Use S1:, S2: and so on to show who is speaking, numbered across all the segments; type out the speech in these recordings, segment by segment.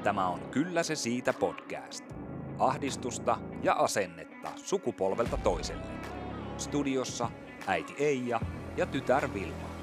S1: Tämä on Kyllä se siitä podcast. Ahdistusta ja asennetta sukupolvelta toiselle. Studiossa äiti Eija ja tytär Vilma.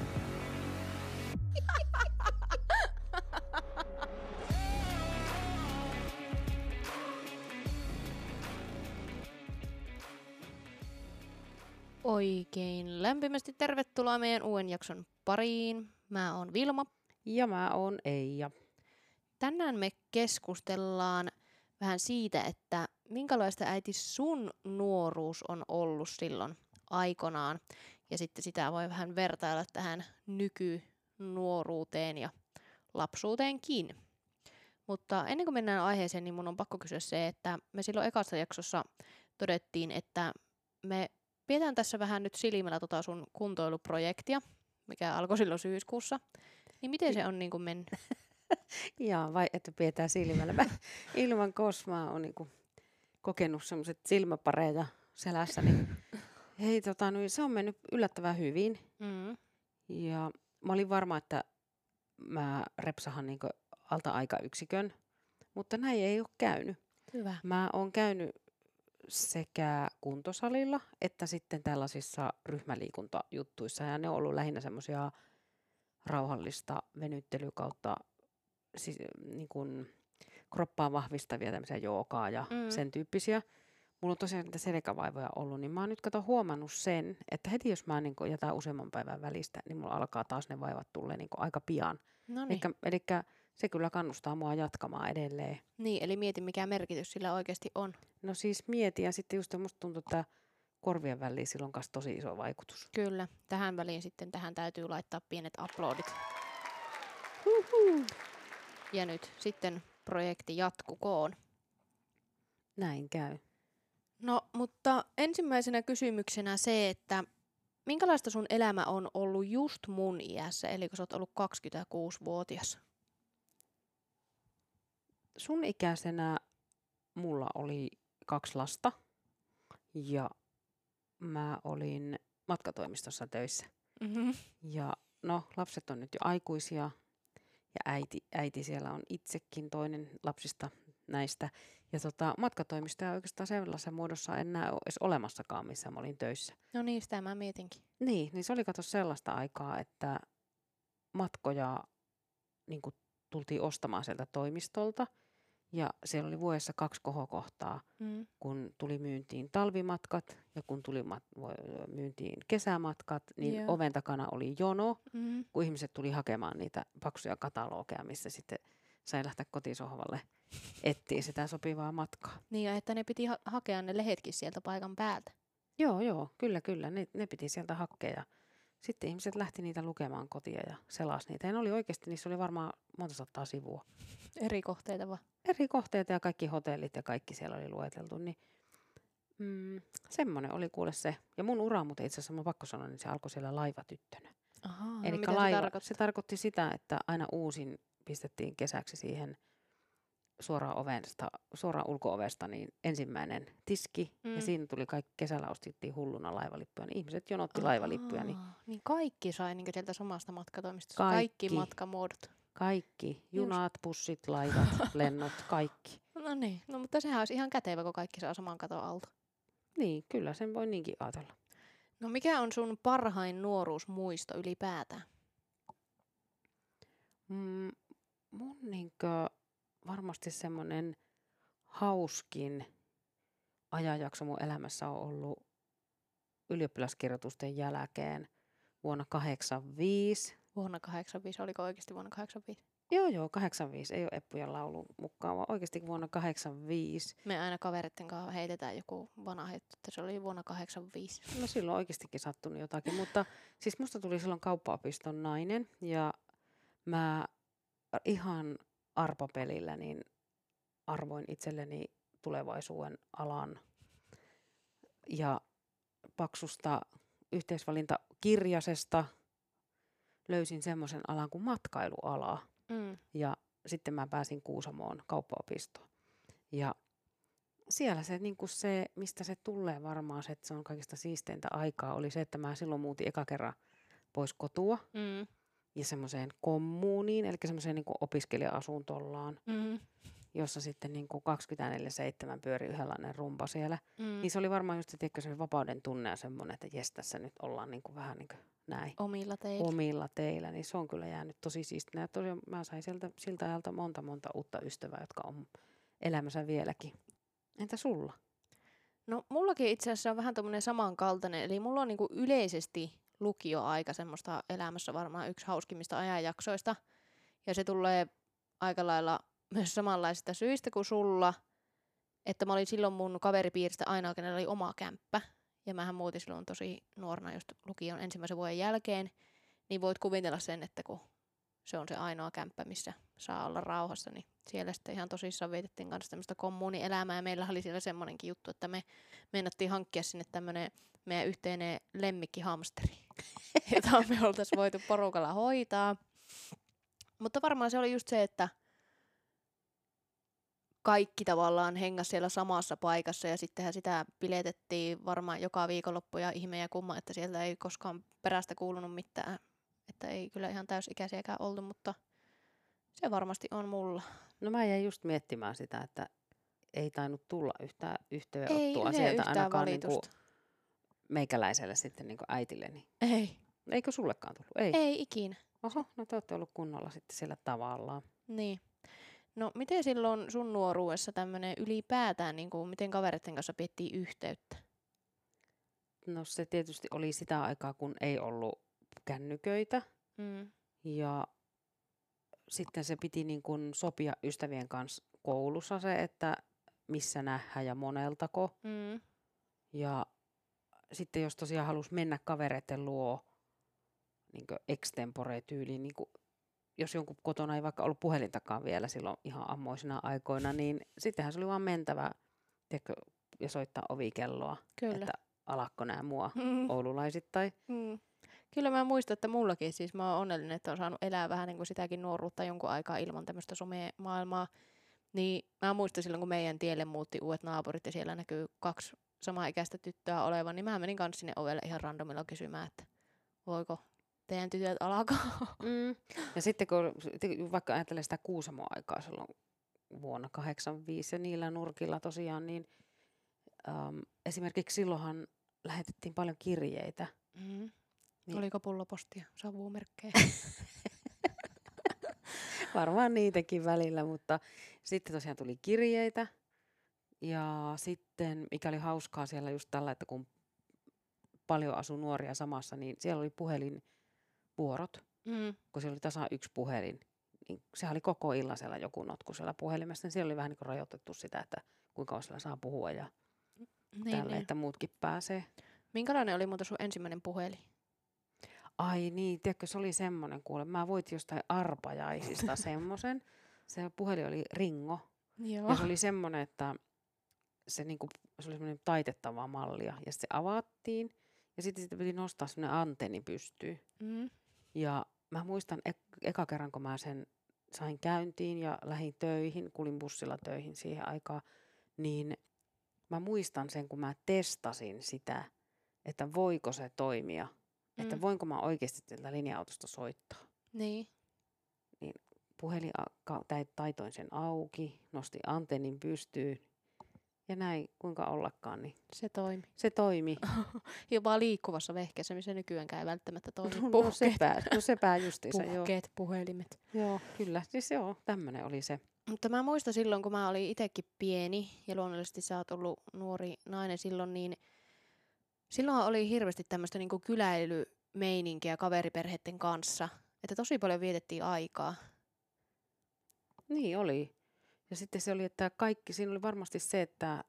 S2: Oikein lämpimästi tervetuloa meidän uuden jakson pariin. Mä oon Vilma.
S3: Ja mä oon Eija.
S2: Tänään me keskustellaan vähän siitä, että minkälaista äiti sun nuoruus on ollut silloin aikanaan. Ja sitten sitä voi vähän vertailla tähän nykynuoruuteen ja lapsuuteenkin. Mutta ennen kuin mennään aiheeseen, niin mun on pakko kysyä se, että me silloin ekassa jaksossa todettiin, että me pidetään tässä vähän nyt silmällä sun kuntoiluprojektia, mikä alkoi silloin syyskuussa. Niin miten se on niin kuin mennyt?
S3: Jaa, vai että pidetään silmällä. Mä ilman kosmaa on niin kuin kokenut semmoiset silmäpareja selässä. Niin, hei, se on mennyt yllättävän hyvin.
S2: Mm.
S3: Ja mä olin varma, että mä repsahan niin kuin alta aikayksikön, mutta näin ei ole käynyt.
S2: Hyvä.
S3: Mä oon käynyt sekä kuntosalilla että sitten tällaisissa ryhmäliikuntajuttuissa. Ja ne on ollut lähinnä semmoisia rauhallista venyttelyä kautta siis, niin kuin kroppaa vahvistavia tämmöisiä joogaa ja sen tyyppisiä. Mulla on tosiaan niitä selkävaivoja ollut, niin mä oon nyt huomannut sen, että heti jos mä niin jätän useamman päivän välistä, niin mulla alkaa taas ne vaivat tulla niin aika pian. Eli se kyllä kannustaa mua jatkamaan edelleen.
S2: Niin, eli mieti mikä merkitys sillä oikeasti on.
S3: No siis mieti, ja sitten just musta tuntuu, että korvien väliin sillä on myös tosi iso vaikutus.
S2: Kyllä, tähän väliin sitten tähän täytyy laittaa pienet uploadit. Ja nyt sitten projekti jatkukoon.
S3: Näin käy.
S2: No, mutta ensimmäisenä kysymyksenä se, että minkälaista sun elämä on ollut just mun iässä, eli kun sä oot ollut 26-vuotias?
S3: Sun ikäisenä mulla oli 2 lasta ja mä olin matkatoimistossa töissä.
S2: Mm-hmm.
S3: Ja no, lapset on nyt jo aikuisia ja äiti siellä on itsekin toinen lapsista näistä. Ja matkatoimistoja oikeastaan sellaisessa muodossa enää ole edes olemassakaan, missä mä olin töissä.
S2: No niin, sitä mä mietinkin.
S3: Niin se oli kato sellaista aikaa, että matkoja niin kuin tultiin ostamaan sieltä toimistolta. Ja siellä oli vuodessa 2 kohokohtaa, kun tuli myyntiin talvimatkat ja kun tuli myyntiin kesämatkat, niin oven takana oli jono, kun ihmiset tuli hakemaan niitä paksuja katalogeja, missä sitten sai lähteä kotisohvalle etsiä sitä sopivaa matkaa.
S2: Niin, ja että ne piti hakea ne lehetkin sieltä paikan päältä.
S3: Joo, kyllä. Ne piti sieltä hakea. Sitten ihmiset lähti niitä lukemaan kotia ja selasi niitä. Ja niissä oli varmaan monta sataa sivua.
S2: Eri kohteita vaan?
S3: Eri kohteita ja kaikki hotellit ja kaikki siellä oli lueteltu. Niin, semmoinen oli kuule se. Ja mun ura, mutta itse asiassa mä pakko sanoa, niin se alkoi siellä laivatyttönä.
S2: Ahaa,
S3: eli
S2: mitä
S3: se tarkoitti sitä, että aina uusin pistettiin kesäksi siihen suoraan ulko-ovesta niin ensimmäinen tiski. Ja siinä tuli kesällä ostittiin hulluna laivalippuja. Niin ihmiset jonotti laivalippuja.
S2: Niin kaikki sai niin sieltä samasta matkatoimistosta. Kaikki matkamuodot.
S3: Kaikki. Junat, bussit, laivat, lennot, kaikki.
S2: No niin. No mutta sehän olisi ihan kätevä, kun kaikki saa saman katon alta.
S3: Niin, kyllä sen voi niinkin ajatella.
S2: No mikä on sun parhain nuoruusmuisto ylipäätään?
S3: Mun varmasti semmoinen hauskin ajanjakso mun elämässä on ollut ylioppilaskirjoitusten jälkeen vuonna 1985.
S2: Vuonna 1985, oliko oikeasti vuonna 1985?
S3: Joo, 85. Ei ole Eppujan laulu mukaan, vaan oikeasti vuonna 1985.
S2: Me aina kaveritten kanssa heitetään joku vanha heitto, että se oli vuonna 1985.
S3: No silloin oikeastikin sattunut jotakin, mutta siis musta tuli silloin kauppaopiston nainen ja mä ihan arpapelillä niin arvoin itselleni tulevaisuuden alan ja paksusta yhteisvalintakirjasesta löysin semmoisen alan kuin matkailuala. Ja sitten mä pääsin Kuusamoon kauppaopistoon. Ja siellä se, mistä se tulee varmaan, se, että se on kaikista siisteintä aikaa, oli se, että mä silloin muutin eka kerran pois kotua. ja semmoiseen kommuuniin, eli semmoiseen niin kuin opiskelija-asuntollaan, jossa sitten niin kuin 24/7 pyöri yhdenlainen rumba siellä. Niin se oli varmaan just se vapauden tunne ja semmoinen, että jes, tässä nyt ollaan niin kuin vähän niin kuin näin. Omilla teillä. Niin se on kyllä jäänyt tosi siistiä. Tosiaan mä sain siltä ajalta monta uutta ystävää, jotka on elämässä vieläkin. Entä sulla?
S2: No mullakin itse asiassa on vähän tommonen samankaltainen, eli mulla on niinku yleisesti lukioaika semmoista elämässä varmaan yksi hauskimmista ajanjaksoista. Ja se tulee aika lailla myös samanlaisista syistä kuin sulla, että mä olin silloin mun kaveripiiristä ainoa, kenellä oli oma kämppä. Ja mähän muutin silloin tosi nuorena just lukion ensimmäisen vuoden jälkeen, niin voit kuvitella sen, että kun se on se ainoa kämppä, missä saa olla rauhassa, niin siellä sitten ihan tosissaan vietettiin kanssa tämmöistä kommunielämää. Ja meillä oli siellä semmoinenkin juttu, että me meinattiin hankkia sinne tämmöinen meidän yhteinen lemmikkihamsteri, jota me oltaisiin voitu porukalla hoitaa. Mutta varmaan se oli just se, että kaikki tavallaan hengas siellä samassa paikassa ja sittenhän sitä piletettiin varmaan joka viikonloppu ja ihme ja kumma, että sieltä ei koskaan perästä kuulunut mitään. Että ei kyllä ihan täysikäisiäkään oltu, mutta se varmasti on mulla.
S3: No mä jäin just miettimään sitä, että ei tainnut tulla yhtään yhteydenottoa
S2: ei
S3: sieltä
S2: yhtään
S3: ainakaan niinku
S2: valitusta.
S3: meikäläiselle sitten niinku äitilleni.
S2: Ei.
S3: Eikö sullekaan tullut?
S2: Ei ikinä.
S3: Oho, no te olette ollut kunnolla sitten sillä tavallaan.
S2: Niin. No miten silloin sun nuoruudessa tämmöinen ylipäätään, niin kuin, miten kavereiden kanssa pidettiin yhteyttä?
S3: No se tietysti oli sitä aikaa, kun ei ollut kännyköitä. Ja sitten se piti niin kuin sopia ystävien kanssa koulussa se, että missä nähdään ja moneltako. Ja sitten jos tosiaan halusi mennä kavereiden luo niin kuin extempore-tyyliin, niin kuin jos jonkun kotona ei vaikka ollut puhelintakaan vielä silloin ihan ammoisina aikoina, niin sittenhän se oli vaan mentävä ja soittaa ovikelloa, että alakko nää mua oululaisittain.
S2: Kyllä mä muistan, että mullakin siis mä oon onnellinen, että on saanut elää vähän niin kuin sitäkin nuoruutta jonkun aikaa ilman tämmöistä somemaailmaa. Niin mä muistan silloin, kun meidän tielle muutti uudet naapurit ja siellä näkyy 2 samaikäistä tyttöä olevan, niin mä menin kanssa sinne ovelle ihan randomilla kysymään, että voiko teidän tytöt alkaa.
S3: Ja sitten kun vaikka ajattelee sitä Kuusamo-aikaa silloin vuonna 1985 ja niillä nurkilla tosiaan, niin esimerkiksi silloinhan lähetettiin paljon kirjeitä.
S2: Niin. Oliko pullopostia, savumerkkejä?
S3: Varmaan niitäkin välillä, mutta sitten tosiaan tuli kirjeitä. Ja sitten, mikä oli hauskaa siellä just tällä, että kun paljon asui nuoria samassa, niin siellä oli puhelinvuorot, kun siellä oli tasan 1 puhelin. Niin sehän oli koko illan siellä joku notku siellä puhelimessa, niin siellä oli vähän niin kuin rajoitettu sitä, että kuinka kauan siellä saa puhua ja tälle, että muutkin pääsee.
S2: Minkälainen oli muuten sun ensimmäinen puhelin?
S3: Ai niin, tiedätkö, se oli semmoinen kuule. Mä voitin jostain arpajaisista semmoisen. Se puhelin oli Ringo.
S2: Joo.
S3: Ja se oli semmoinen, että se oli semmoinen taitettava mallia. Ja se avattiin. Ja sitten piti nostaa semmoinen antenni pystyyn. Ja mä muistan eka kerran, kun mä sen sain käyntiin ja lähdin töihin, kulin bussilla töihin siihen aikaan, niin mä muistan sen, kun mä testasin sitä, että voiko se toimia. Että voinko mä oikeasti tällä linja-autosta soittaa.
S2: Niin.
S3: Niin puhelin taitoin sen auki, nosti antennin pystyyn ja näin kuinka ollakaan. Niin
S2: se toimi. Jopa liikkuvassa vehkeessä, missä nykyäänkään ei välttämättä toimi.
S3: Sepä justiinsa.
S2: Puhkeet, puhelimet.
S3: Joo, kyllä. Siis joo, tämmönen oli se.
S2: Mutta mä muistan silloin, kun mä olin itsekin pieni ja luonnollisesti sä oot ollut nuori nainen silloin, niin silloin oli hirveästi tämmöistä niinku kyläilymeininkiä kaveriperheiden kanssa, että tosi paljon vietettiin aikaa.
S3: Niin oli. Ja sitten se oli, että siinä oli varmasti se, että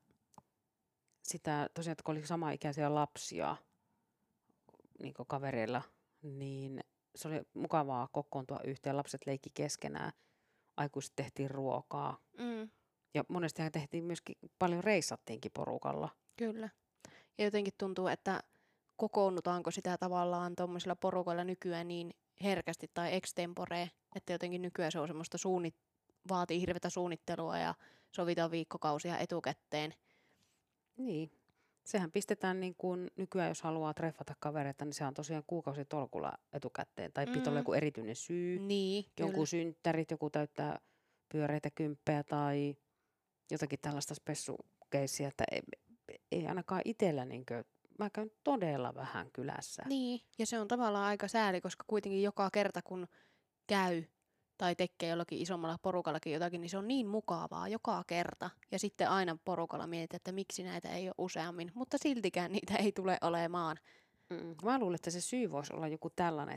S3: sitä tosiaan, että kun oli samaikäisiä lapsia niin kuin kavereilla, niin se oli mukavaa kokoontua yhteen. Lapset leikki keskenään, aikuiset tehtiin ruokaa. Ja monestihan tehtiin myöskin, paljon reissattiinkin porukalla.
S2: Kyllä. Ja jotenkin tuntuu, että kokoonnutaanko sitä tavallaan tuommoisilla porukoilla nykyään niin herkästi tai extemporee, että jotenkin nykyään se on semmoista vaatii hirveätä suunnittelua ja sovitaan viikkokausia etukäteen.
S3: Niin. Sehän pistetään niin kuin nykyään, jos haluaa treffata kavereita, niin se on tosiaan kuukausitolkulla etukäteen. Tai pitää olla joku erityinen syy,
S2: Niin,
S3: jonkun
S2: kyllä.
S3: synttärit, joku täyttää pyöreitä kymppejä tai jotakin tällaista spessukeissiä, että ei ainakaan itsellä, mä käyn todella vähän kylässä.
S2: Niin, ja se on tavallaan aika sääli, koska kuitenkin joka kerta kun käy tai tekee jollakin isommalla porukallakin jotakin, niin se on niin mukavaa joka kerta. Ja sitten aina porukalla mietitään, että miksi näitä ei ole useammin, mutta siltikään niitä ei tule olemaan.
S3: Mä luulen, että se syy voisi olla joku tällainen,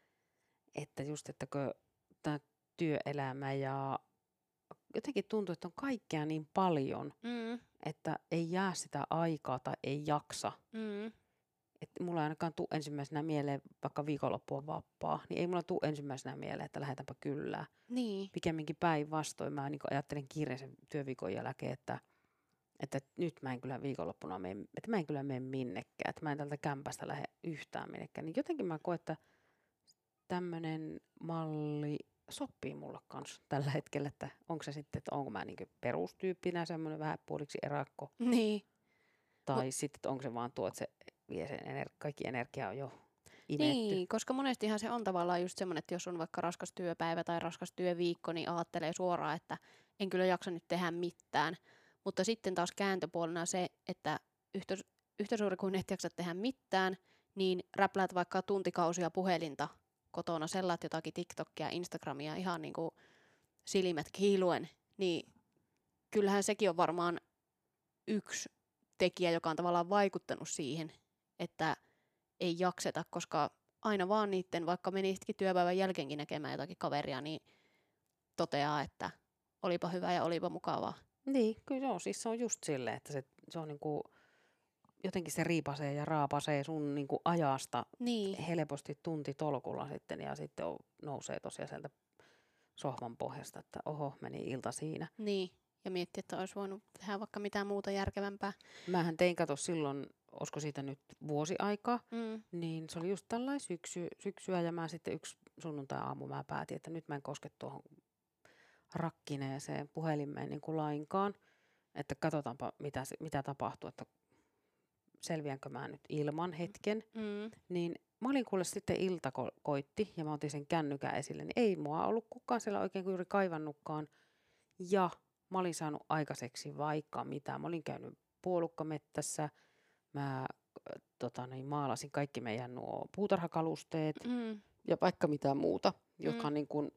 S3: että just, että kun tämä työelämä ja jotenkin tuntuu, että on kaikkea niin paljon, että ei jää sitä aikaa tai ei jaksa. Että mulla ei ainakaan tule ensimmäisenä mieleen, vaikka viikonloppu on vapaa, niin ei mulla tule ensimmäisenä mieleen, että lähdetäänpä kyllä.
S2: Niin.
S3: Pikemminkin päinvastoin. Mä niin ajattelen kiireisen työviikon jälkeen, että nyt mä en kyllä viikonloppuna mene, että mä en kyllä mene minnekään, että mä en tältä kämpästä lähde yhtään minnekään. Niin jotenkin mä koen, että tämmöinen malli sopii mulle kanssa tällä hetkellä, että onko se sitten, että onko mä niin perustyyppinä semmoinen vähän puoliksi erakko.
S2: Niin.
S3: Tai sitten, että onko se vaan tuo, että se vie sen kaikki energia on jo imetty.
S2: Niin, koska monestihan se on tavallaan just semmoinen, että jos on vaikka raskas työpäivä tai raskas työviikko, niin ajattelee suoraan, että en kyllä jaksa nyt tehdä mitään. Mutta sitten taas kääntöpuolena se, että yhtä suuri kuin et jaksa tehdä mitään, niin räpläät vaikka tuntikausia puhelinta kotona, sellaat jotakin TikTokia, Instagramia ihan niin kuin silmät kiiluen, niin kyllähän sekin on varmaan yksi tekijä, joka on tavallaan vaikuttanut siihen, että ei jakseta, koska aina vaan niitten, vaikka menisitkin työpäivän jälkeenkin näkemään jotakin kaveria, niin toteaa, että olipa hyvä ja olipa mukavaa.
S3: Niin, kyllä joo, siis se on just silleen, että se on niinku, jotenkin se riipasee ja raapasee sun niinku ajasta helposti tuntitolkulla sitten ja sitten nousee tosiaan sieltä sohvan pohjasta, että oho, meni ilta siinä.
S2: Niin, ja miettii, että olisi voinut tehdä vaikka mitään muuta järkevämpää.
S3: Mähän tein, kato silloin, olisiko siitä nyt vuosi aikaa, niin se oli just tällainen syksyä ja mä sitten yksi sunnuntai-aamu mä päätin, että nyt mä en koske tuohon rakkineeseen puhelimeen niin kuin lainkaan, että katsotaanpa mitä tapahtuu, että selviänkö mä nyt ilman hetken. Niin mä olin kuule sitten ilta koitti ja mä otin sen kännykän esille, niin ei mua ollut kukaan siellä oikein juuri kaivannutkaan. Ja mä olin saanut aikaiseksi vaikka mitä. Mä olin käynyt puolukkamettässä, mä maalasin kaikki meidän nuo puutarhakalusteet ja vaikka mitä muuta, jotka niin kuin,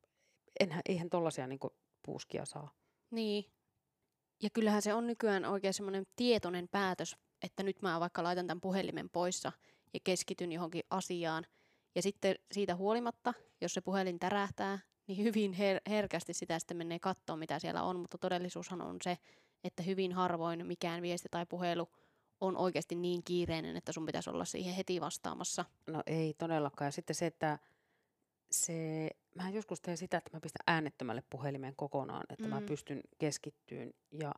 S3: eihän tollaisia niin kuin puuskia saa.
S2: Niin. Ja kyllähän se on nykyään oikein semmoinen tietoinen päätös, että nyt mä vaikka laitan tämän puhelimen poissa ja keskityn johonkin asiaan. Ja sitten siitä huolimatta, jos se puhelin tärähtää, niin hyvin herkästi sitä sitten menee katsomaan, mitä siellä on. Mutta todellisuushan on se, että hyvin harvoin mikään viesti tai puhelu on oikeasti niin kiireinen, että sun pitäisi olla siihen heti vastaamassa.
S3: No ei todellakaan. Ja sitten se, että mä joskus teen sitä, että mä pistän äänettömälle puhelimeen kokonaan, että mä pystyn keskittyyn. Ja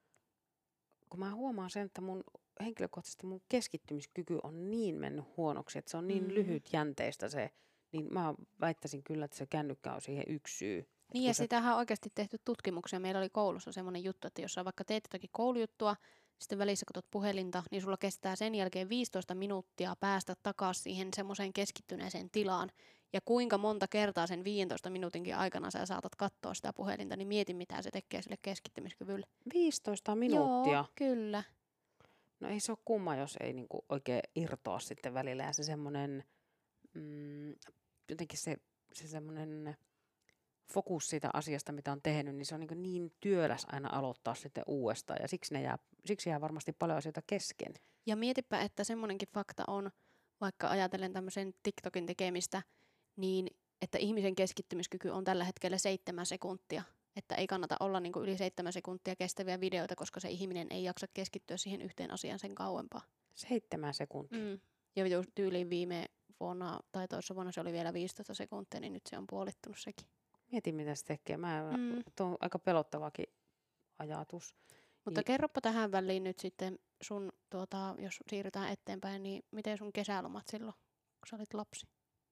S3: kun mä huomaan sen, että henkilökohtaisesti mun keskittymiskyky on niin mennyt huonoksi, että se on niin lyhytjänteistä se, niin mä väittäisin kyllä, että se kännykkä on siihen yksi syy.
S2: Niin ja sitähän on oikeasti tehty tutkimuksia. Meillä oli koulussa semmoinen juttu, että jos sä vaikka teet jotakin koulujuttua, sitten välissä katsot puhelinta, niin sulla kestää sen jälkeen 15 minuuttia päästä takaisin siihen semmoiseen keskittyneeseen tilaan. Ja kuinka monta kertaa sen 15 minuutinkin aikana sä saatat katsoa sitä puhelinta, niin mieti mitä se tekee sille keskittymiskyvylle.
S3: 15 minuuttia?
S2: Joo, kyllä.
S3: No ei se ole kumma, jos ei niinku oikein irtoa sitten välillä. Ja se semmoinen, jotenkin se semmoinen fokus siitä asiasta, mitä on tehnyt, niin se on niin työläs aina aloittaa sitten uudestaan. Ja siksi jää varmasti paljon asioita kesken.
S2: Ja mietipä, että semmoinenkin fakta on, vaikka ajatellen tämmöisen TikTokin tekemistä, niin että ihmisen keskittymiskyky on tällä hetkellä 7 sekuntia. Että ei kannata olla niin kuin yli 7 sekuntia kestäviä videoita, koska se ihminen ei jaksa keskittyä siihen yhteen asiaan sen kauempaa. 7 sekuntia? Ja tyyliin viime vuonna tai toisessa vuonna se oli vielä 15 sekuntia, niin nyt se on puolittunut sekin.
S3: Mieti mitä se tekee. Tuo on aika pelottavakin ajatus.
S2: Mutta kerropa tähän väliin nyt sitten sun, jos siirrytään eteenpäin, niin miten sun kesälomat silloin, kun sä olit lapsi?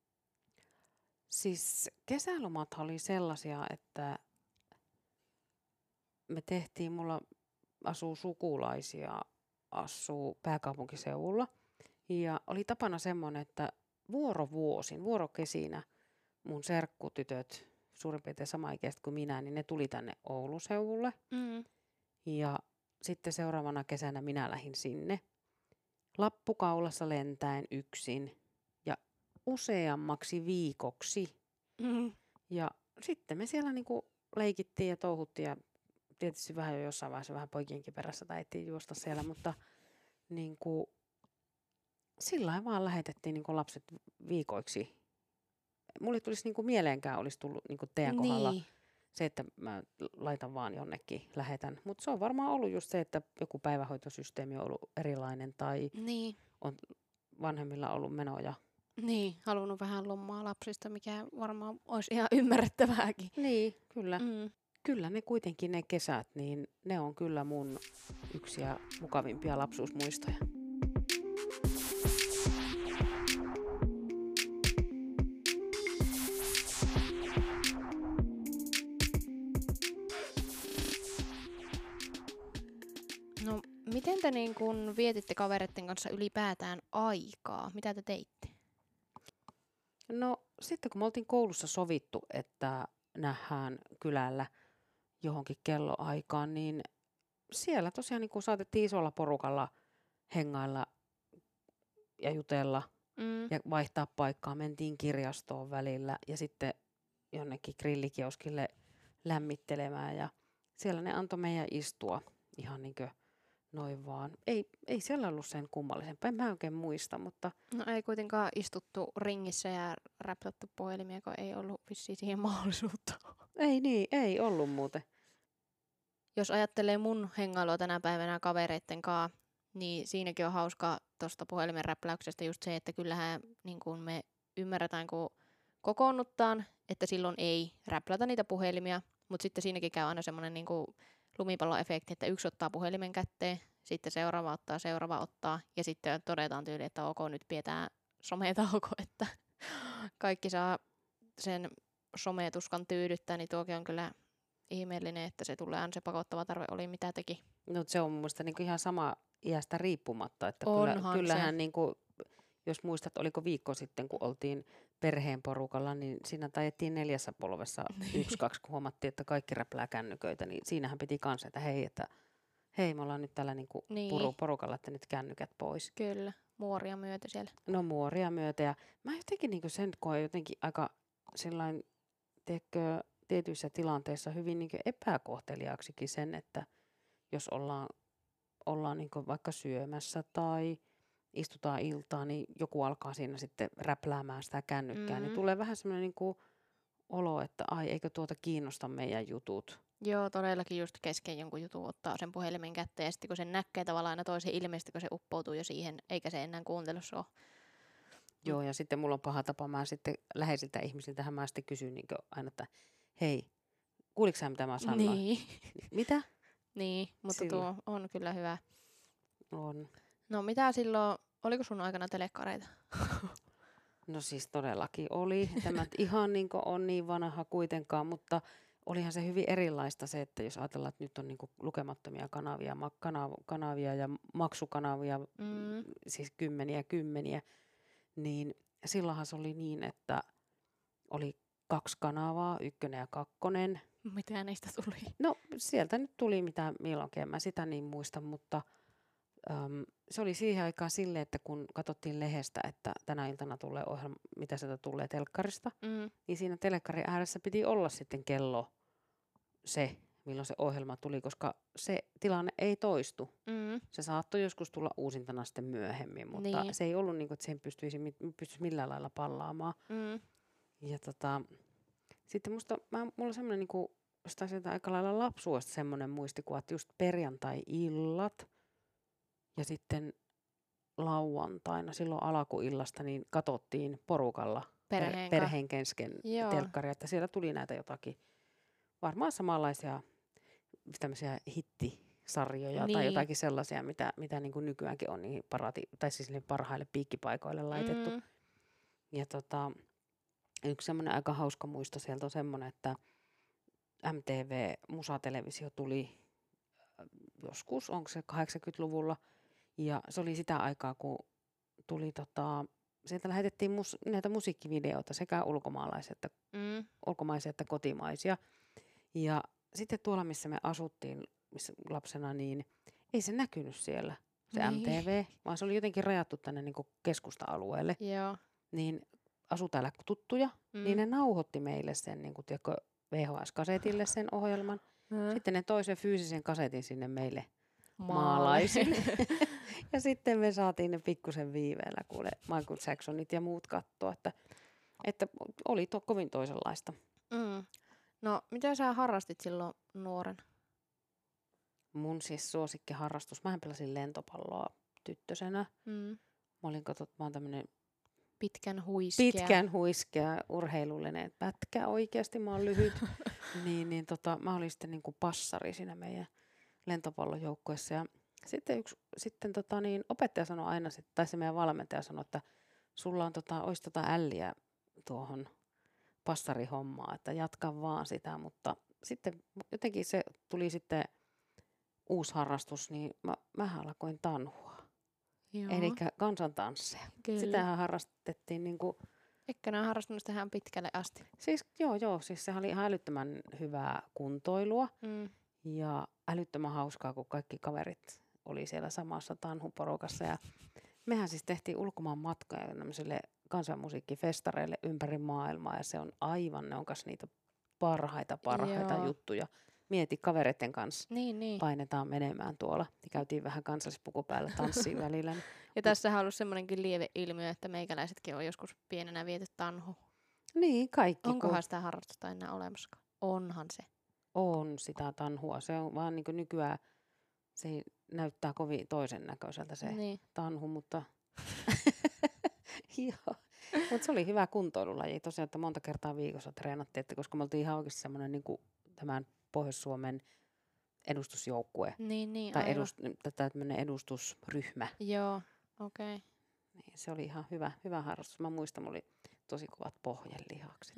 S3: Siis kesälomat oli sellaisia, että me tehtiin, mulla asuu sukulaisia asuu pääkaupunkiseudulla. Ja oli tapana semmoinen, että vuorokesinä mun serkkutytöt, suurin piirtein samaikäiset kuin minä, niin ne tuli tänne Oulun seudulle. Ja sitten seuraavana kesänä minä lähdin sinne. Lappukaulassa lentäen yksin ja useammaksi viikoksi. Ja sitten me siellä niinku leikittiin ja touhuttiin ja tietysti vähän jo jossain vaiheessa vähän poikienkin perässä taidettiin juosta siellä, mutta niinku, sillä lailla vaan lähetettiin niinku lapset viikoiksi. Mulle tulisi niinku mieleenkään olisi tullut niinku teidän kohdalla se, että mä laitan vaan jonnekin, lähetän. Mutta se on varmaan ollut just se, että joku päivähoitosysteemi on ollut erilainen tai on vanhemmilla ollut menoja.
S2: Niin, halunnut vähän lomaa lapsista, mikä varmaan olisi ihan ymmärrettävääkin.
S3: Niin, kyllä. Kyllä ne kuitenkin ne kesät, niin ne on kyllä mun yksi ja mukavimpia lapsuusmuistoja.
S2: No, miten te niin kun vietitte kavereiden kanssa ylipäätään aikaa? Mitä te teitte?
S3: No sitten kun me oltiin koulussa sovittu, että nähdään kylällä johonkin kelloaikaan, niin siellä tosiaan niin kun saatettiin isolla porukalla hengailla ja jutella ja vaihtaa paikkaa. Mentiin kirjastoon välillä ja sitten jonnekin grillikioskille lämmittelemään ja siellä ne antoi meidän istua ihan niin kuin noin vaan. Ei siellä ollut sen kummallisempaa, en mä oikein muista, mutta...
S2: No ei kuitenkaan istuttu ringissä ja räplätty puhelimia, kun ei ollut vissiin siihen mahdollisuutta.
S3: Ei niin, ei ollut muuten.
S2: Jos ajattelee mun hengailua tänä päivänä kavereitten kanssa, niin siinäkin on hauska tuosta puhelimen räpläyksestä just se, että kyllähän niin kun me ymmärretään, kun kokoonnuttaan, että silloin ei räplätä niitä puhelimia, mutta sitten siinäkin käy aina semmoinen niin kuin lumipalloefekti, että yksi ottaa puhelimen kätteen, sitten seuraava ottaa ja sitten todetaan tyyli, että ok, nyt pidetään sometauko, että kaikki saa sen sometuskan tyydyttää, niin tuokin on kyllä ihmeellinen, että se tulee aina se pakottava tarve oli mitä teki.
S3: No se on mun mielestä niin ihan sama iästä riippumatta, että kyllähän niin kuin, jos muistat, oliko viikko sitten, kun oltiin perheen porukalla, niin siinä tajettiin 4 polvessa 1-2, kun huomattiin, että kaikki räplää kännyköitä, niin siinähän piti kanssa, että hei, me ollaan nyt tällä niin kuin porukalla, että nyt kännykät pois.
S2: Kyllä, muoria myötä siellä.
S3: No muoria myötä ja mä jotenkin niin kuin sen koen jotenkin aika sillain, tietyissä tilanteissa hyvin niin kuin epäkohteliaaksikin sen, että jos ollaan niin kuin vaikka syömässä tai istutaan iltaan, niin joku alkaa siinä sitten räpläämään sitä kännykkää, niin tulee vähän semmoinen niin kuin olo, että ai, eikö tuota kiinnosta meidän jutut.
S2: Joo, todellakin just kesken jonkun jutun ottaa sen puhelimen kätteen ja sitten kun sen näkee tavallaan aina toisen ilmeisesti, kun se uppoutuu jo siihen, eikä se enää kuuntelussa ole.
S3: Joo, ja sitten mulla on paha tapa, mä sitten läheisiltä ihmisiltä mä sitten kysyn niin aina, että hei, kuuliko sä mitä mä sanoin?
S2: Niin.
S3: Mitä?
S2: Niin, mutta tuo on kyllä hyvä.
S3: On.
S2: No mitä silloin, oliko sun aikana telekkareita?
S3: No siis todellakin oli. Tämä ihan niin kuin on niin vanha kuitenkaan, mutta olihan se hyvin erilaista se, että jos ajatellaan, että nyt on niin kuin lukemattomia kanavia ja maksukanavia, siis kymmeniä, niin silloinhan se oli niin, että oli 2 kanavaa, 1 ja 2.
S2: Mitä niistä tuli?
S3: No sieltä nyt tuli mitä milloinkin, en mä sitä niin muista, mutta se oli siihen aikaan silleen, että kun katsottiin lehdestä, että tänä iltana tulee ohjelma, mitä sieltä tulee telkkarista, niin siinä telkkarin ääressä piti olla sitten kello se, milloin se ohjelma tuli, koska se tilanne ei toistu. Se saattoi joskus tulla uusintana sitten myöhemmin, mutta se ei ollut niin kuin, että sen pystyisi millään lailla pallaamaan. Ja sitten mulla on semmoinen, niin kuin, sieltä aika lailla lapsuudesta semmoinen muistikuva, että just perjantai-illat ja sitten lauantaina, silloin alkuillasta, niin katsottiin porukalla perheen kesken telkkaria, että siellä tuli näitä jotakin, varmaan samanlaisia tämmöisiä hittisarjoja tai jotakin sellaisia, mitä niin kuin nykyäänkin on niin tai siis parhaille piikkipaikoille laitettu. Ja yksi semmoinen aika hauska muisto sieltä on semmoinen, että MTV Musatelevisio tuli joskus, onko se 80-luvulla, Ja se oli sitä aikaa, kun tuli sieltä lähetettiin näitä musiikkivideoita, sekä ulkomaisia että kotimaisia. Ja sitten tuolla, missä me asuttiin lapsena, niin ei se näkynyt siellä, se
S2: Niin.
S3: MTV, vaan se oli jotenkin rajattu tänne niin kuin keskusta-alueelle.
S2: Joo.
S3: Niin asui täällä tuttuja, niin ne nauhoitti meille sen niin kuin, tiedätkö, VHS-kasetille sen ohjelman. Sitten ne toi sen fyysisen kasetin sinne meille maalaisille. Ja sitten me saatiin ne pikkusen viiveellä, kuule Michael Jacksonit ja muut katsoa, että oli kovin toisenlaista.
S2: No, mitä sä harrastit silloin nuoren?
S3: Mun siis suosikkiharrastus, mähän pelasin lentopalloa tyttösenä. Mä oon tämmönen
S2: Pitkän
S3: huiskea, urheilullinen pätkä oikeasti, mä oon lyhyt. Mä olin sitten niinku passari siinä meidän lentopallojoukkueessa. Ja sitten opettaja sanoi aina, tai se meidän valmentaja sanoi, että sulla on olisi älliä tuohon passarihommaa, että jatka vaan sitä, mutta sitten jotenkin se tuli sitten uusi harrastus, niin mä alkoin tanhua. Eli kansantansseja. Sitähän harrastettiin niinku...
S2: Eikö nämä harrastunut tähän pitkälle asti?
S3: Siis siis sehän oli ihan älyttömän hyvää kuntoilua ja älyttömän hauskaa, kun kaikki kaverit oli siellä samassa tanhuporukassa. Ja mehän siis tehtiin ulkomaan matkoja tämmöisille kansanmusiikkifestareille ympäri maailmaa ja se on aivan neokas niitä parhaita juttuja. Mieti, kavereiden kanssa painetaan menemään tuolla. Ja käytiin vähän kansallispuku päällä tanssiin välillä.
S2: Ja tässähän on ollut semmoinenkin lieve ilmiö, että meikäläisetkin on joskus pienenä viety tanhu.
S3: Niin, kaikki.
S2: Onkohan sitä harrastusta enää olemassa? Onhan se.
S3: On sitä tanhua. Se on vaan niin kuin nykyään, se näyttää kovin toisen näköiseltä se tanhu, mutta... Joo. Mutta se oli hyvä kuntoilulaji. Tosiaan, että monta kertaa viikossa treenattiin, että koska me oltiin ihan oikeasti semmoinen niin kuin tämän Pohjois-Suomen edustusjoukkue. Tai tämmöinen edustusryhmä.
S2: Joo, okei. Okay.
S3: Niin, se oli ihan hyvä harrastus. Mä muistan, mulla oli tosi kovat pohjelihakset.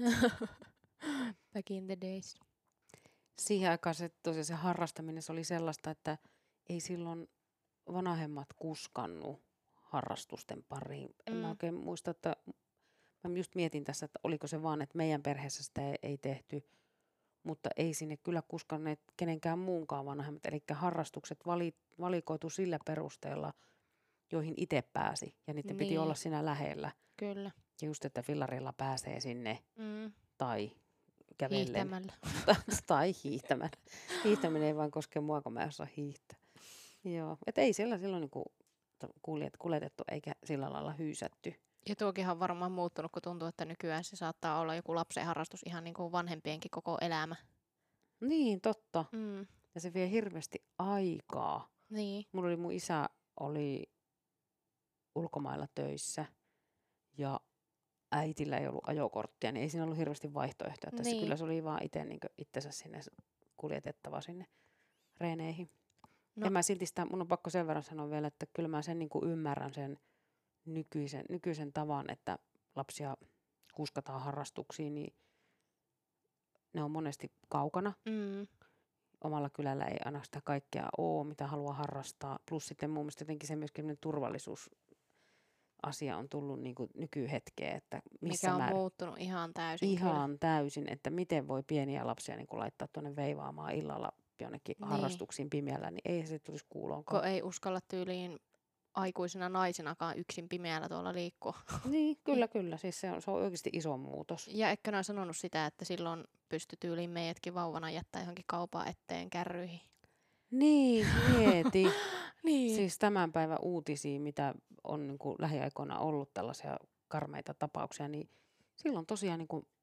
S2: Back in the days.
S3: Siihen aikaan se harrastaminen se oli sellaista, että ei silloin vanhemmat kuskannut harrastusten pariin. Mä oikein muista, että mä just mietin tässä, että oliko se vaan, että meidän perheessä sitä ei tehty, mutta ei sinne kyllä kuskanneet kenenkään muunkaan vanhemmat. Eli harrastukset valikoitu sillä perusteella, joihin itse pääsi. Ja niiden piti olla siinä lähellä.
S2: Kyllä.
S3: Ja just, että fillarilla pääsee sinne tai kävellen.
S2: Hiihtämällä.
S3: Tai hiihtämällä. Hiihtäminen ei vaan koske mua, kun mä en osaa hiihtää. Joo. Että ei siellä silloin niinku kuljetettu eikä sillä lailla hyysätty.
S2: Ja tuokin on varmaan muuttunut, kun tuntuu, että nykyään se saattaa olla joku lapsen harrastus ihan niin kuin vanhempienkin koko elämä.
S3: Niin, totta. Ja se vie hirveästi aikaa.
S2: Niin.
S3: Mun isä oli ulkomailla töissä ja äitillä ei ollut ajokorttia, niin ei siinä ollut hirveästi vaihtoehtoja. Tässä kyllä se oli vaan itse niin itsensä sinne kuljetettava sinne reeneihin. Ja mä silti sitä, mun on pakko sen verran sanoa vielä, että kyllä mä sen niin kuin ymmärrän sen nykyisen tavan, että lapsia kuskataan harrastuksiin, niin ne on monesti kaukana. Omalla kylällä ei aina sitä kaikkea ole, mitä haluaa harrastaa. Plus sitten mun mielestä jotenkin se myöskin turvallisuusasia on tullut niin kuin nykyhetkeen. Että
S2: mikä on muuttunut ihan täysin.
S3: Ihan täysin, että miten voi pieniä lapsia niin kuin laittaa tuonne veivaamaan illalla jonnekin harrastuksiin pimeällä, niin ei se tulisi kuuloonkaan.
S2: Kun ei uskalla tyyliin aikuisena naisinakaan yksin pimeällä tuolla liikkua.
S3: Niin, kyllä. Siis se on oikeasti iso muutos.
S2: Ja eikö ne ole sanonut sitä, että silloin pystyi tyyliin meidätkin vauvana jättää johonkin kaupan eteen kärryihin?
S3: Niin, mieti. Niin. Siis tämän päivän uutisia, mitä on niin kuin lähiaikoina ollut tällaisia karmeita tapauksia, niin silloin tosiaan niin kuin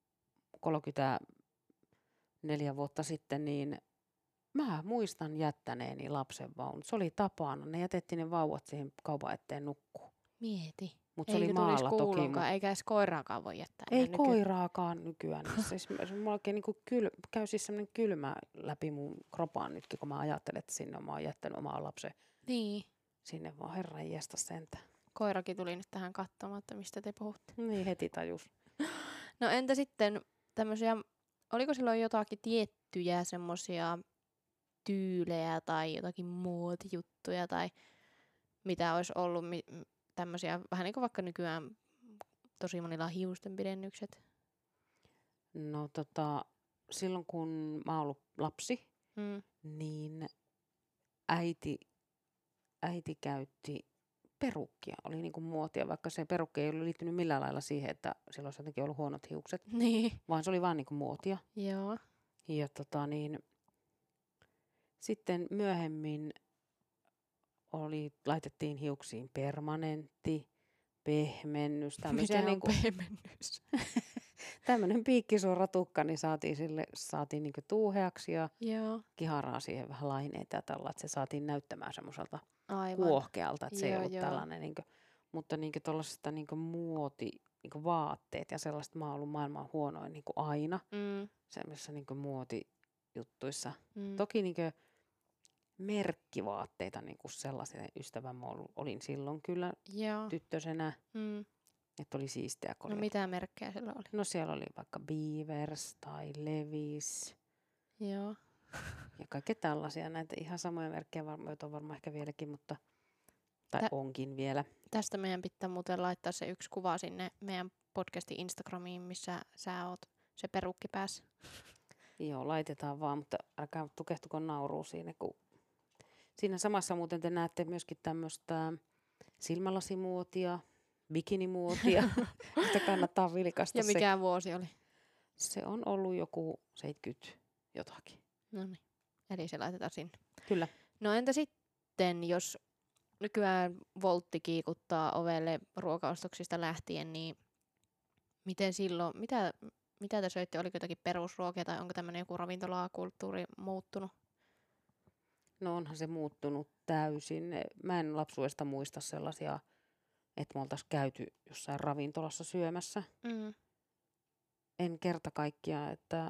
S3: 34 vuotta sitten, niin mä muistan jättäneeni lapsen vaunut. Se oli tapana. Ne jätettiin ne vauvat siihen kaupan eteen nukkuu.
S2: Mieti.
S3: Mutta se oli maalla toki.
S2: Eikä edes koiraakaan voi jättää.
S3: Ei koiraakaan nykyään. Siis mulla oikein niin käy siis semmoinen kylmä läpi mun kropaan nytkin, kun mä ajattelen, että sinne mä oon jättänyt omaa lapsen.
S2: Niin.
S3: Sinne vaan herran jästä sentään.
S2: Koirakin tuli nyt tähän katsomaan, että mistä te puhutte.
S3: Niin, heti tajus.
S2: No entä sitten tämmöisiä, oliko silloin jotakin tiettyjä semmoisia tyylejä tai jotakin muotijuttuja tai mitä olisi ollut tämmöisiä, vähän niin kuin vaikka nykyään tosi monilla on hiusten pidennykset.
S3: No silloin kun mä oon ollut lapsi, niin äiti käytti perukkia. Oli niinku muotia, vaikka se perukki ei ollut liittynyt millään lailla siihen, että sillä olisi jotenkin ollut huonot hiukset.
S2: Niin.
S3: Vaan se oli vaan niinku muotia.
S2: Joo.
S3: Ja sitten myöhemmin laitettiin hiuksiin permanentti, pehmennys.
S2: Mikä on pehmennys?
S3: Tämmöinen piikkisuora tukka, niin saatiin niinku tuuheaksi ja
S2: Joo.
S3: kiharaa siihen vähän laineita ja tällä, että se saatiin näyttämään semmoiselta
S2: Aivan.
S3: kuohkealta, että se ei
S2: Joo,
S3: ollut
S2: joo.
S3: tällainen. Niinku, mutta niinku tuollaisesta niinku niinku vaatteet ja sellaista, mä oon ollut maailman huonoin niinku aina. Semmoisessa niinku muotijuttuissa. Toki niinku merkkivaatteita niinku sellaisia ystävämme olin silloin kyllä tyttösenä. Että oli siistiä.
S2: No mitä merkkejä siellä oli?
S3: No siellä oli vaikka Beavers tai Levi's.
S2: Joo.
S3: Ja kaikkea tällaisia, näitä ihan samoja merkkejä, joita on varmaan ehkä vieläkin, mutta onkin vielä.
S2: Tästä meidän pitää muuten laittaa se yksi kuva sinne meidän podcastin Instagramiin, missä sä oot se perukki päässä.
S3: Joo, laitetaan vaan, mutta älkää tukehtuko nauruun siinä, kun siinä samassa muuten te näette myöskin tämmöistä silmälasimuotia, bikinimuotia, että kannattaa vilkaista.
S2: Ja mikä vuosi oli?
S3: Se on ollut joku 70 jotakin.
S2: No niin, eli se laitetaan sinne.
S3: Kyllä.
S2: No entä sitten, jos nykyään Voltti kiikuttaa ovelle ruokaostoksista lähtien, niin miten silloin, mitä te söitte? Oliko jotakin perusruokia tai onko tämmöinen joku ravintolakulttuuri muuttunut?
S3: No onhan se muuttunut täysin. Mä en lapsuudesta muista sellaisia, että me oltaisiin käyty jossain ravintolassa syömässä. En kerta kaikkiaan, että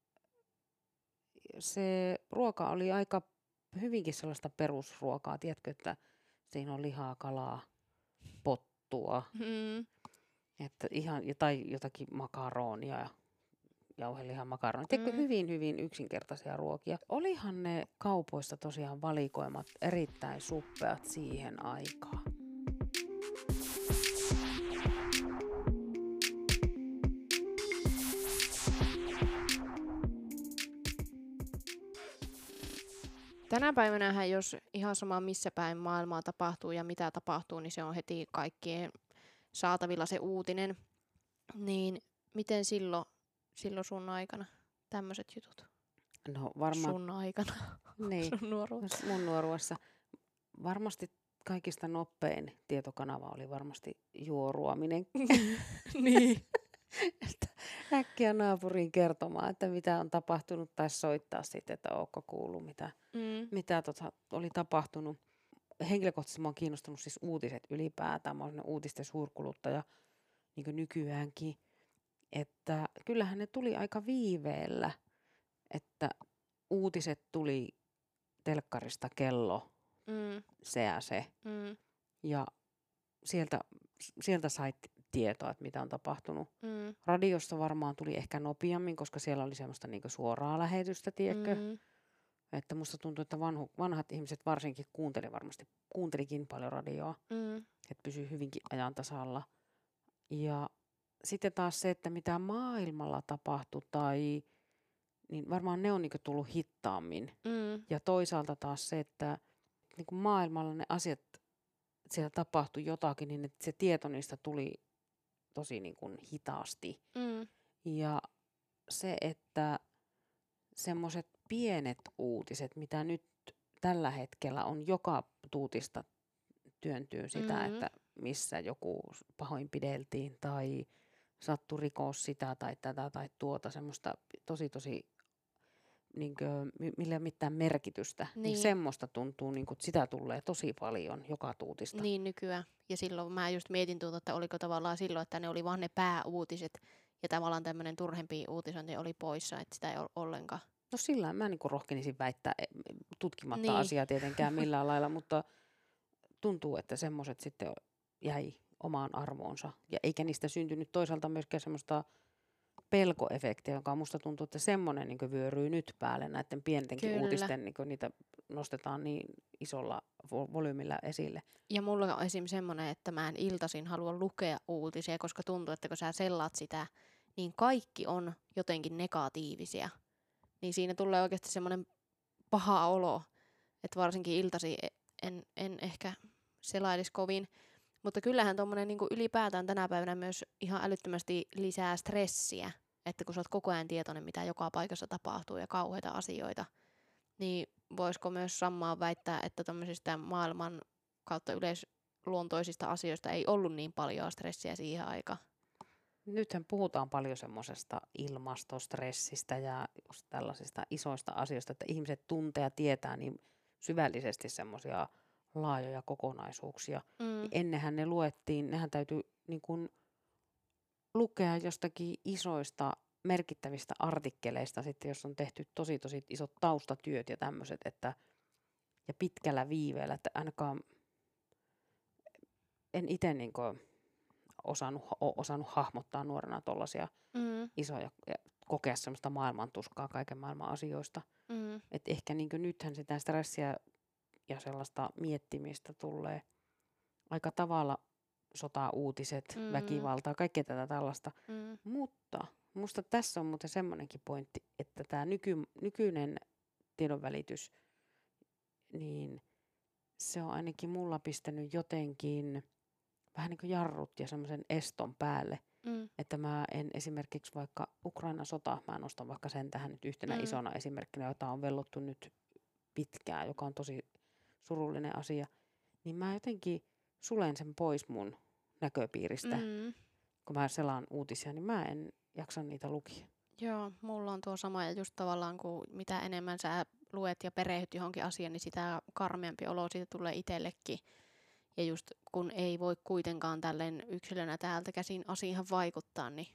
S3: se ruoka oli aika hyvinkin sellaista perusruokaa. Tiedätkö, että siinä on lihaa, kalaa, pottua, että tai jotakin makaronia ja jauhelihan makaronit. Tiedätkö, hyvin, hyvin yksinkertaisia ruokia. Olihan ne kaupoista tosiaan valikoimat erittäin suppeat siihen aikaan.
S2: Tänä päivänähän, jos ihan sama missä päin maailmaa tapahtuu ja mitä tapahtuu, niin se on heti kaikkien saatavilla se uutinen. Niin miten silloin sun aikana tämmöiset jutut?
S3: No varmaan.
S2: Sun aikana,
S3: niin,
S2: sun nuoruudessa.
S3: Mun nuoruudessa. Varmasti kaikista nopein tietokanava oli varmasti juoruaminen.
S2: Niin.
S3: Äkkiä naapuriin kertomaan, että mitä on tapahtunut, tai soittaa sitten, että ootko kuullut, mitä oli tapahtunut. Henkilökohtaisesti mä oon kiinnostunut siis uutiset ylipäätään. Mä oon uutisten suurkuluttaja niin kuin nykyäänkin. Että kyllähän ne tuli aika viiveellä, että uutiset tuli telkkarista kello se ja se. Ja sieltä sait tietoa, että mitä on tapahtunut. Radiosta varmaan tuli ehkä nopeammin, koska siellä oli semmoista niinku suoraa lähetystä, tiedätkö? Että musta tuntuu, että vanhat ihmiset varsinkin kuuntelikin paljon radioa, että pysyy hyvinkin ajan tasalla. Ja sitten taas se, että mitä maailmalla tapahtui, niin varmaan ne on niinku tullut hittaammin. Ja toisaalta taas se, että niinku maailmalla ne asiat, siellä tapahtui jotakin, niin että se tieto niistä tuli tosi niinku hitaasti. Ja se, että semmoiset pienet uutiset, mitä nyt tällä hetkellä on joka tuutista työntyy sitä, että missä joku pahoinpideltiin tai sattui rikos sitä tai tätä tai tuota, semmoista tosi niinkö, millä ei ole mitään merkitystä. Niin semmoista tuntuu, niin kuin, että sitä tulee tosi paljon joka tuutista.
S2: Niin nykyään. Ja silloin mä just mietin että oliko tavallaan silloin, että ne oli vaan ne pääuutiset ja tavallaan tämmöinen turhempi uutisointi oli poissa, että sitä ei ole ollenkaan.
S3: No sillä mä niin kuin rohkenisin väittää, tutkimatta asiaa tietenkään millään lailla, mutta tuntuu, että semmoiset sitten jäi omaan arvoonsa. Ja eikä niistä syntynyt toisaalta myöskään semmoista pelkoefektiä, joka musta tuntuu, että semmoinen niin vyöryy nyt päälle näiden pientenkin
S2: Kyllä.
S3: uutisten, niin niitä nostetaan niin isolla volyymilla esille.
S2: Ja mulla on esim. Semmoinen, että mä en iltaisin halua lukea uutisia, koska tuntuu, että kun sä sellaat sitä, niin kaikki on jotenkin negatiivisia. Niin siinä tulee oikeasti semmoinen paha olo, että varsinkin iltaisin en ehkä selailisi kovin. Mutta kyllähän tuommoinen niin ylipäätään tänä päivänä myös ihan älyttömästi lisää stressiä, että kun sä oot koko ajan tietoinen, mitä joka paikassa tapahtuu ja kauheita asioita, niin voisiko myös samaa väittää, että tämmöisistä maailman kautta yleisluontoisista asioista ei ollut niin paljon stressiä siihen aikaan?
S3: Nythän puhutaan paljon semmoisesta ilmastostressistä ja just tällaisista isoista asioista, että ihmiset tuntee ja tietää niin syvällisesti semmoisia laajoja kokonaisuuksia. Ennenhän ne luettiin, nehän täytyy niin kuin lukea jostakin isoista merkittävistä artikkeleista sitten, jos on tehty tosi isot taustatyöt ja tämmöiset, että ja pitkällä viiveellä, että ainakaan en itse niin kuin osannut hahmottaa nuorena tuollaisia isoja ja kokea semmoista maailmantuskaa kaiken maailman asioista. Että ehkä niin kuin nythän sitä stressiä ja sellaista miettimistä tulee aika tavalla, sota-uutiset, väkivaltaa, kaikkea tätä tällaista. Mutta musta tässä on muuten semmoinenkin pointti, että tämä nykyinen tiedonvälitys, niin se on ainakin mulla pistänyt jotenkin vähän niin kuin jarrut ja semmoisen eston päälle. Että mä en esimerkiksi vaikka Ukrainan sota, mä nostan vaikka sen tähän nyt yhtenä isona esimerkkinä, jota on vellottu nyt pitkään, joka on tosi surullinen asia, niin mä jotenkin sulen sen pois mun näköpiiristä. Kun mä selaan uutisia, niin mä en jaksa niitä lukia.
S2: Joo, mulla on tuo sama ja just tavallaan, kun mitä enemmän sä luet ja perehdyt johonkin asiaan, niin sitä karmeampi olo siitä tulee itsellekin. Ja just kun ei voi kuitenkaan tälleen yksilönä täältä käsin asiaan vaikuttaa, niin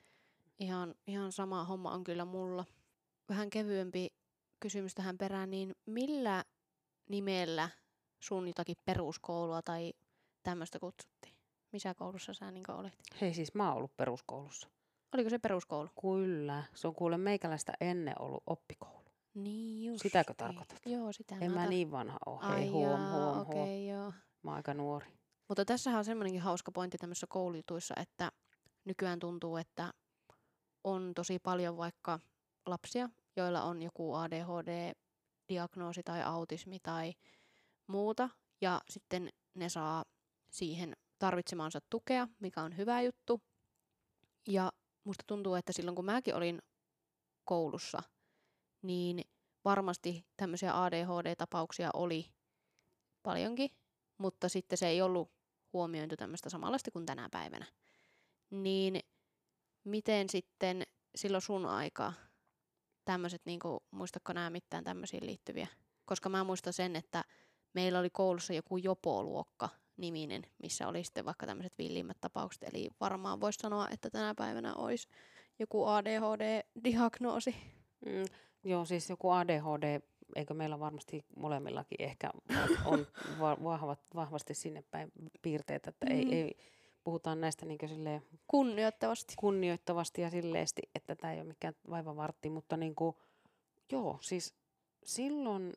S2: ihan sama homma on kyllä mulla. Vähän kevyempi kysymys tähän perään, niin millä nimellä sun jotakin peruskoulua tai tämmöistä kutsuttiin? Missä koulussa sä niin olit?
S3: Hei, siis mä oon ollut peruskoulussa.
S2: Oliko se peruskoulu?
S3: Kyllä. Se on kuule meikäläistä ennen ollut oppikoulu.
S2: Niin just.
S3: Sitäkö tarkoitat?
S2: Joo, sitä.
S3: En mä niin vanha ole. Hei, huom.
S2: Joo.
S3: Mä oon aika nuori.
S2: Mutta tässähän on semmoinenkin hauska pointti tämmöisissä koulujutuissa, että nykyään tuntuu, että on tosi paljon vaikka lapsia, joilla on joku ADHD-diagnoosi tai autismi tai muuta. Ja sitten ne saa siihen tarvitsemaansa tukea, mikä on hyvä juttu. Ja musta tuntuu, että silloin kun mäkin olin koulussa, niin varmasti tämmöisiä ADHD-tapauksia oli paljonkin, mutta sitten se ei ollut huomioitu tämmöistä samanlaista kuin tänä päivänä. Niin miten sitten silloin sun aikaa tämmöiset, niinku, muistatko nämä mitään tämmöisiin liittyviä? Koska mä muistan sen, että meillä oli koulussa joku Jopo-luokka niminen, missä oli sitten vaikka tämmöiset villimmät tapaukset. Eli varmaan voisi sanoa, että tänä päivänä olisi joku ADHD-diagnoosi.
S3: Joo, siis joku ADHD, eikö meillä varmasti molemmillakin ehkä on vahvasti sinne päin piirteet, että ei puhutaan näistä niin kuin kunnioittavasti ja silleesti, että tämä ei ole mikään vaivavartti, mutta niin kuin, joo, siis silloin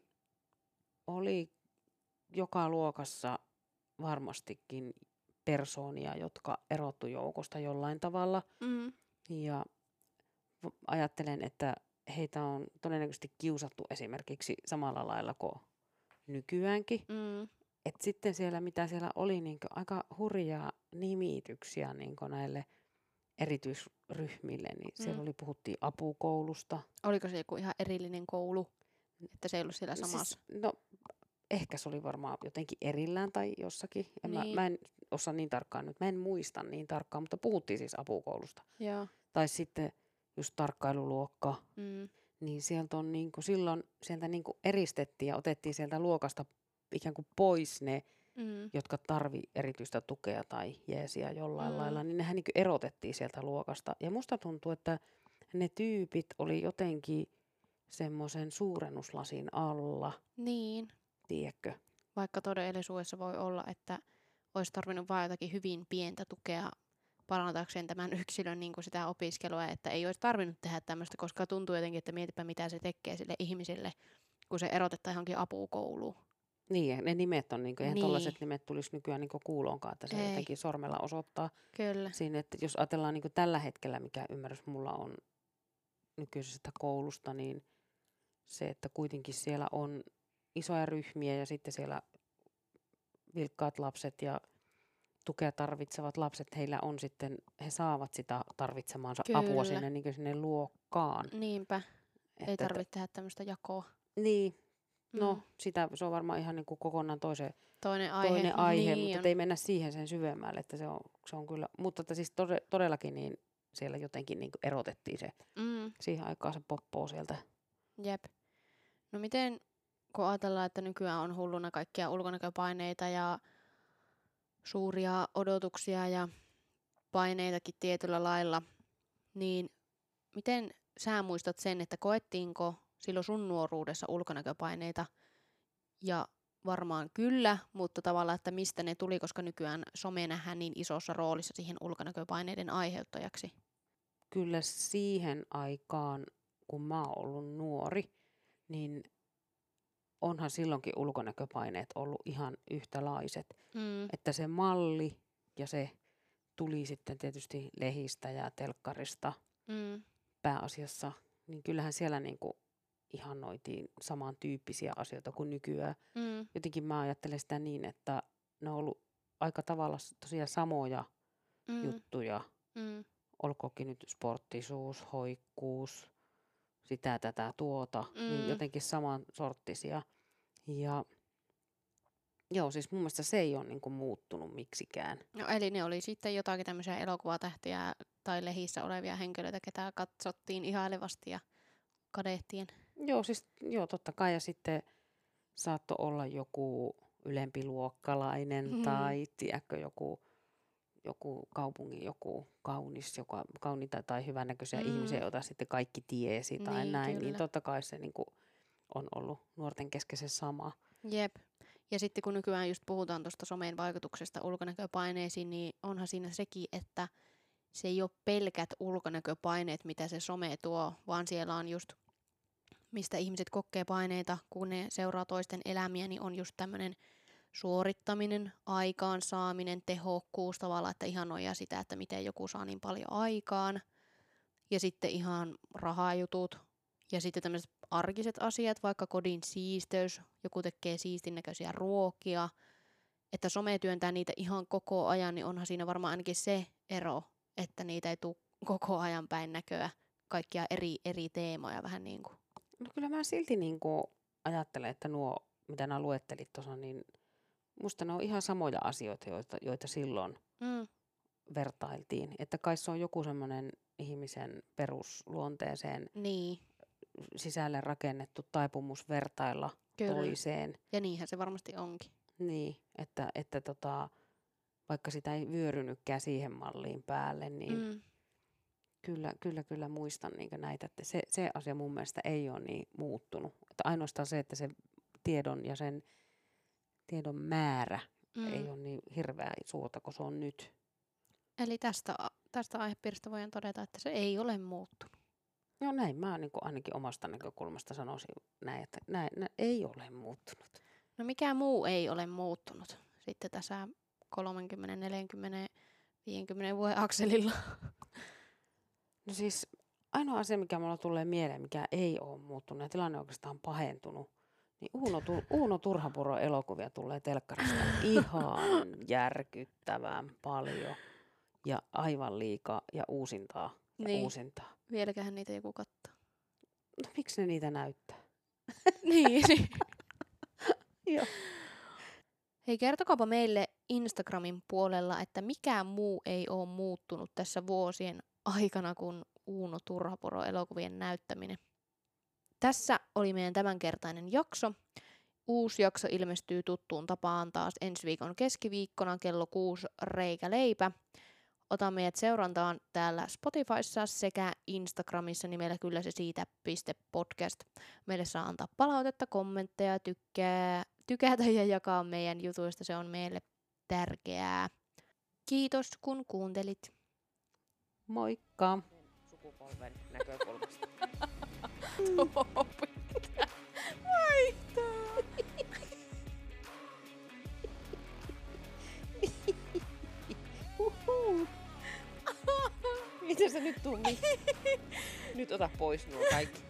S3: oli joka luokassa varmastikin persoonia, jotka erottu joukosta jollain tavalla. Ja ajattelen, että heitä on todennäköisesti kiusattu esimerkiksi samalla lailla kuin nykyäänkin. Et sitten siellä, mitä siellä oli, niin aika hurjaa nimityksiä niin näille erityisryhmille, niin siellä puhuttiin apukoulusta.
S2: Oliko se joku ihan erillinen koulu, että se ei ollut siellä samassa?
S3: Siis, no, ehkä se oli varmaan jotenkin erillään tai jossakin. Mä en osaa niin tarkkaan nyt, mä en muista niin tarkkaan, mutta puhuttiin siis apukoulusta.
S2: Joo.
S3: Tai sitten just tarkkailuluokka. Niin sieltä on niinku silloin sieltä niinku eristettiin ja otettiin sieltä luokasta ikään kuin pois ne, jotka tarvii erityistä tukea tai jeesiä jollain lailla, niin nehän niinku erotettiin sieltä luokasta. Ja musta tuntuu, että ne tyypit oli jotenkin semmoisen suurennuslasin alla.
S2: Niin.
S3: Tiedätkö?
S2: Vaikka todellisuudessa voi olla, että olisi tarvinnut vain jotakin hyvin pientä tukea parantaakseen tämän yksilön niin kuin sitä opiskelua, että ei olisi tarvinnut tehdä tämmöistä, koska tuntuu jotenkin, että mietipä mitä se tekee sille ihmiselle, kun se erotetaan johonkin apukouluun.
S3: Niin, ja ne nimet on, eihän
S2: Niin.
S3: tollaiset nimet tulisi nykyään kuuloonkaan, että se
S2: Ei.
S3: jotenkin sormella osoittaa
S2: Kyllä.
S3: siinä, että jos ajatellaan tällä hetkellä, mikä ymmärrys mulla on nykyisestä koulusta, niin se, että kuitenkin siellä on isoja ryhmiä ja sitten siellä vilkkaat lapset ja tukea tarvitsevat lapset, heillä on sitten, he saavat sitä tarvitsemaansa apua
S2: Kyllä.
S3: sinne luokkaan.
S2: Niinpä. Ei
S3: Että-
S2: tarvitse tehdä tämmöistä jakoa.
S3: Niin, no
S2: Mm.
S3: se on varmaan ihan kokonaan
S2: Toinen aihe.
S3: toinen aihe,
S2: Niin
S3: mutta
S2: on.
S3: ei mennä siihen sen syvemmälle, että se on kyllä, mutta että siis todellakin niin siellä jotenkin erotettiin se, siihen aikaan se poppoo sieltä.
S2: Jep. No miten, kun ajatellaan, että nykyään on hulluna kaikkia ulkonäköpaineita ja suuria odotuksia ja paineitakin tietyllä lailla, niin miten sä muistat sen, että koettiinko silloin sun nuoruudessa ulkonäköpaineita? Ja varmaan kyllä, mutta tavallaan, että mistä ne tuli, koska nykyään some nähdään niin isossa roolissa siihen ulkonäköpaineiden aiheuttajaksi.
S3: Kyllä siihen aikaan, kun mä oon ollut nuori, niin onhan silloinkin ulkonäköpaineet ollut ihan yhtälaiset. Että se malli ja se tuli sitten tietysti lehdistä ja telkkarista pääasiassa, niin kyllähän siellä ihannoitiin samantyyppisiä asioita kuin nykyään. Jotenkin mä ajattelen sitä niin, että ne on ollut aika tavalla tosiaan samoja juttuja. Olkoonkin nyt sporttisuus, hoikkuus, sitä, tätä, tuota, niin jotenkin samansorttisia. Ja joo, siis mun mielestä se ei ole muuttunut miksikään.
S2: No eli ne oli sitten jotakin tämmöisiä elokuvatähtiä tai lehissä olevia henkilöitä, ketä katsottiin ihailevasti ja kadehtien.
S3: Joo, totta kai. Ja sitten saattoi olla joku ylempiluokkalainen tai tiedätkö, joku kaupungin joku kauniita tai hyvännäköisiä ihmisiä, joita sitten kaikki tiesi tai
S2: Niin,
S3: näin.
S2: kyllä.
S3: Niin totta kai se on ollut nuorten kesken se sama.
S2: Jep. Ja sitten kun nykyään just puhutaan tuosta somen vaikutuksesta ulkonäköpaineisiin, niin onhan siinä sekin, että se ei ole pelkät ulkonäköpaineet, mitä se some tuo, vaan siellä on just, mistä ihmiset kokee paineita, kun ne seuraa toisten elämiä, niin on just tämmöinen suorittaminen, aikaansaaminen, tehokkuus tavallaan, että ihannoidaan sitä, että miten joku saa niin paljon aikaan. Ja sitten ihan rahajutut. Ja sitten tämmöiset arkiset asiat, vaikka kodin siisteys, joku tekee siistin näköisiä ruokia. Että some työntää niitä ihan koko ajan, niin onhan siinä varmaan ainakin se ero, että niitä ei tule koko ajan päin näköä kaikkia eri teemoja vähän niin kuin.
S3: No kyllä mä silti ajattelen, että nuo, mitä nämä luettelit tuossa, niin musta ne on ihan samoja asioita, joita silloin vertailtiin. Että kai se on joku semmoinen ihmisen perusluonteeseen
S2: Niin.
S3: sisälle rakennettu taipumus vertailla
S2: Kyllä.
S3: toiseen.
S2: Ja niinhän se varmasti onkin.
S3: Niin, että vaikka sitä ei vyörynytkään siihen malliin päälle, niin kyllä muistan näitä. Että se asia mun mielestä ei ole niin muuttunut. Että ainoastaan se, että se tiedon ja sen tiedon määrä ei ole niin hirveän suurta kuin se on nyt.
S2: Eli tästä aihepiiristä voidaan todeta, että se ei ole muuttunut.
S3: No näin mä ainakin omasta näkökulmasta sanoisin näin, että näin ei ole muuttunut.
S2: No mikä muu ei ole muuttunut sitten tässä 30, 40, 50 vuoden akselilla?
S3: No siis ainoa asia, mikä mulla tulee mieleen, mikä ei ole muuttunut ja tilanne oikeastaan pahentunut, niin Uuno Turhapuron elokuvia tulee telkkarista ihan järkyttävän paljon ja aivan liikaa ja uusintaa ja
S2: Niin.
S3: uusintaa.
S2: Vieläköhän niitä joku katsoo.
S3: No miksi ne niitä näyttää?
S2: niin.
S3: Joo.
S2: Hei, kertokaapa meille Instagramin puolella, että mikä muu ei ole muuttunut tässä vuosien aikana kuin Uuno Turhapuro elokuvien näyttäminen. Tässä oli meidän tämänkertainen jakso. Uusi jakso ilmestyy tuttuun tapaan taas ensi viikon keskiviikkona kello 6 reikäleipä. Ota meidät seurantaan täällä Spotifyssa sekä Instagramissa nimellä kyllä se siitä.podcast. Meille saa antaa palautetta, kommentteja, tykätä ja jakaa meidän jutuista. Se on meille tärkeää. Kiitos kun kuuntelit.
S3: Moikka! Sukupolven näkökulmasta.
S2: Tuo pitää vaihtaa.
S3: Miten sä nyt tummi? Nyt ota pois nuo kaikki.